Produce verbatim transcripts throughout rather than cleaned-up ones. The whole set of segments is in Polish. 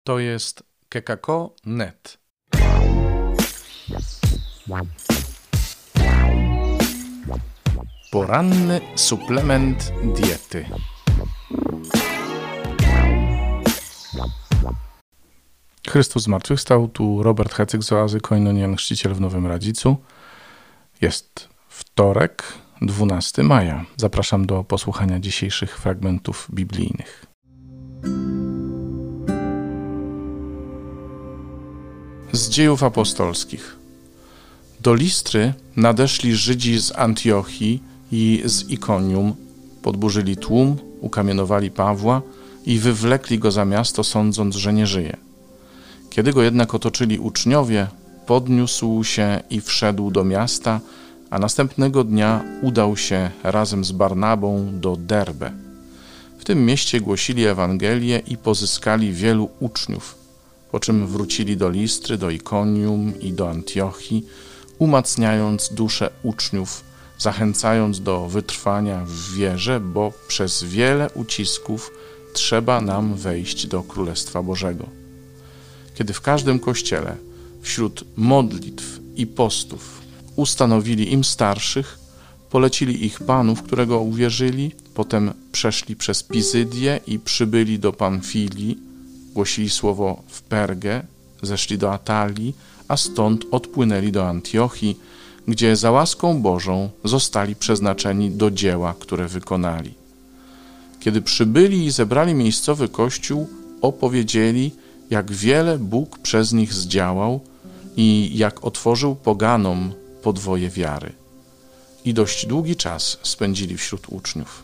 To jest kekako kropka net. Poranny suplement diety. Chrystus zmartwychwstał, tu Robert Hecyk z Oazy Koinonian, chrzciciel w Nowym Radzicu. Jest wtorek, dwunastego maja. Zapraszam do posłuchania dzisiejszych fragmentów biblijnych. Z Dziejów Apostolskich. Do Listry nadeszli Żydzi z Antiochii i z Ikonium, podburzyli tłum, ukamienowali Pawła i wywlekli go za miasto, sądząc, że nie żyje. Kiedy go jednak otoczyli uczniowie, podniósł się i wszedł do miasta, a następnego dnia udał się razem z Barnabą do Derbe. W tym mieście głosili Ewangelię i pozyskali wielu uczniów, po czym wrócili do Listry, do Ikonium i do Antiochii, umacniając dusze uczniów, zachęcając do wytrwania w wierze, bo przez wiele ucisków trzeba nam wejść do Królestwa Bożego. Kiedy w każdym kościele, wśród modlitw i postów, ustanowili im starszych, polecili ich Panu, w którego uwierzyli, potem przeszli przez Pizydię i przybyli do Pamfilii, głosili słowo w Pergę, zeszli do Atalii, a stąd odpłynęli do Antiochii, gdzie za łaską Bożą zostali przeznaczeni do dzieła, które wykonali. Kiedy przybyli i zebrali miejscowy kościół, opowiedzieli, jak wiele Bóg przez nich zdziałał i jak otworzył poganom podwoje wiary. I dość długi czas spędzili wśród uczniów.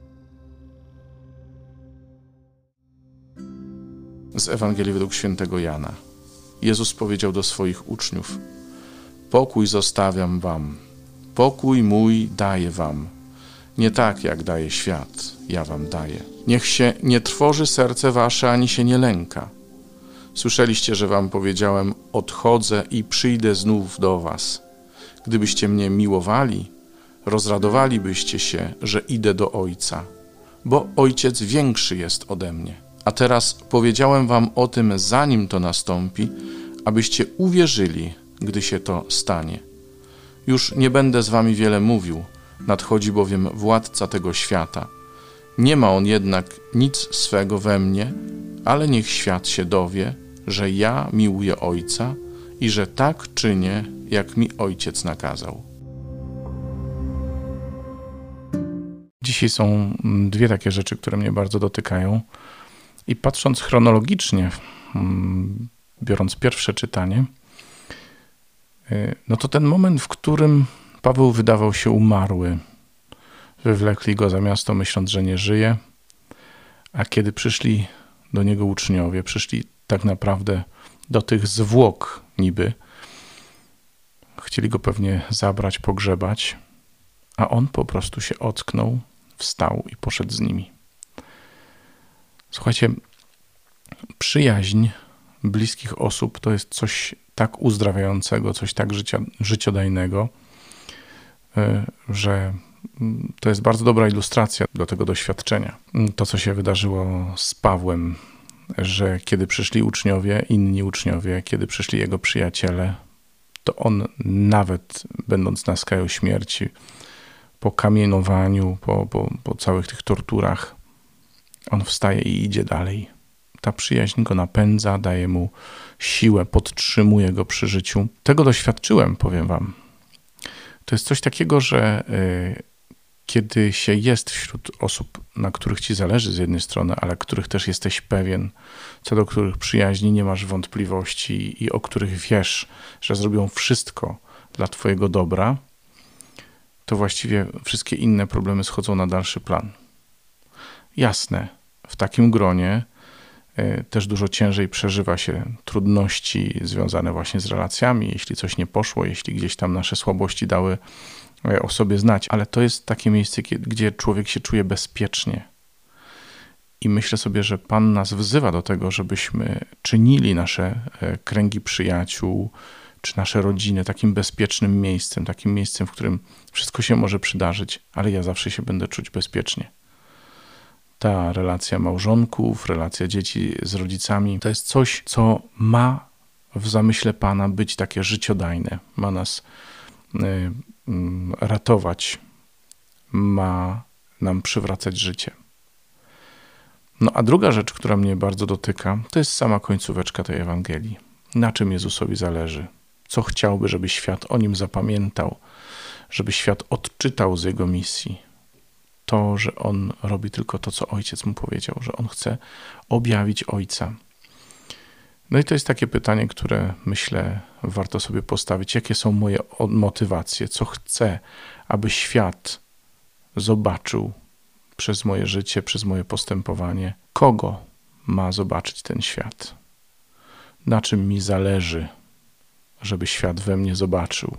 Z Ewangelii według świętego Jana. Jezus powiedział do swoich uczniów: pokój zostawiam wam, pokój mój daję wam. Nie tak, jak daje świat, ja wam daję. Niech się nie trwoży serce wasze, ani się nie lęka. Słyszeliście, że wam powiedziałem: odchodzę i przyjdę znów do was. Gdybyście mnie miłowali, rozradowalibyście się, że idę do Ojca, bo Ojciec większy jest ode mnie. A teraz powiedziałem wam o tym, zanim to nastąpi, abyście uwierzyli, gdy się to stanie. Już nie będę z wami wiele mówił, nadchodzi bowiem władca tego świata. Nie ma on jednak nic swego we mnie, ale niech świat się dowie, że ja miłuję Ojca i że tak czynię, jak mi Ojciec nakazał. Dzisiaj są dwie takie rzeczy, które mnie bardzo dotykają. I patrząc chronologicznie, biorąc pierwsze czytanie, no to ten moment, w którym Paweł wydawał się umarły, wywlekli go za miasto, myśląc, że nie żyje, a kiedy przyszli do niego uczniowie, przyszli tak naprawdę do tych zwłok niby, chcieli go pewnie zabrać, pogrzebać, a on po prostu się ocknął, wstał i poszedł z nimi. Słuchajcie, przyjaźń bliskich osób to jest coś tak uzdrawiającego, coś tak życia, życiodajnego, że to jest bardzo dobra ilustracja do tego doświadczenia. To, co się wydarzyło z Pawłem, że kiedy przyszli uczniowie, inni uczniowie, kiedy przyszli jego przyjaciele, to on nawet będąc na skraju śmierci, po kamienowaniu, po, po, po całych tych torturach, on wstaje i idzie dalej. Ta przyjaźń go napędza, daje mu siłę, podtrzymuje go przy życiu. Tego doświadczyłem, powiem wam. To jest coś takiego, że y, kiedy się jest wśród osób, na których ci zależy z jednej strony, ale których też jesteś pewien, co do których przyjaźni nie masz wątpliwości i o których wiesz, że zrobią wszystko dla twojego dobra, to właściwie wszystkie inne problemy schodzą na dalszy plan. Jasne, w takim gronie y, też dużo ciężej przeżywa się trudności związane właśnie z relacjami, jeśli coś nie poszło, jeśli gdzieś tam nasze słabości dały y, o sobie znać, ale to jest takie miejsce, kiedy, gdzie człowiek się czuje bezpiecznie. I myślę sobie, że Pan nas wzywa do tego, żebyśmy czynili nasze y, kręgi przyjaciół, czy nasze rodziny takim bezpiecznym miejscem, takim miejscem, w którym wszystko się może przydarzyć, ale ja zawsze się będę czuć bezpiecznie. ta relacja małżonków, relacja dzieci z rodzicami, to jest coś, co ma w zamyśle Pana być takie życiodajne. Ma nas y, y, ratować, ma nam przywracać życie. No a druga rzecz, która mnie bardzo dotyka, to jest sama końcóweczka tej Ewangelii. Na czym Jezusowi zależy? Co chciałby, żeby świat o Nim zapamiętał? Żeby świat odczytał z Jego misji? To, że On robi tylko to, co Ojciec Mu powiedział, że On chce objawić Ojca. No i to jest takie pytanie, które myślę warto sobie postawić. Jakie są moje motywacje? Co chcę, aby świat zobaczył przez moje życie, przez moje postępowanie? Kogo ma zobaczyć ten świat? Na czym mi zależy, żeby świat we mnie zobaczył?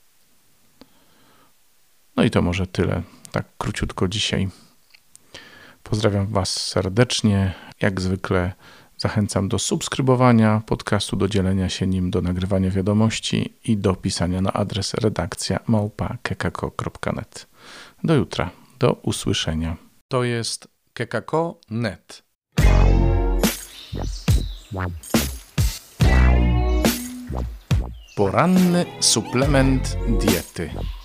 No i to może tyle, tak króciutko dzisiaj. Pozdrawiam Was serdecznie. Jak zwykle zachęcam do subskrybowania podcastu, do dzielenia się nim, do nagrywania wiadomości i do pisania na adres redakcja małpa kekako kropka net. Do jutra, do usłyszenia. To jest kekako kropka net. Poranny suplement diety.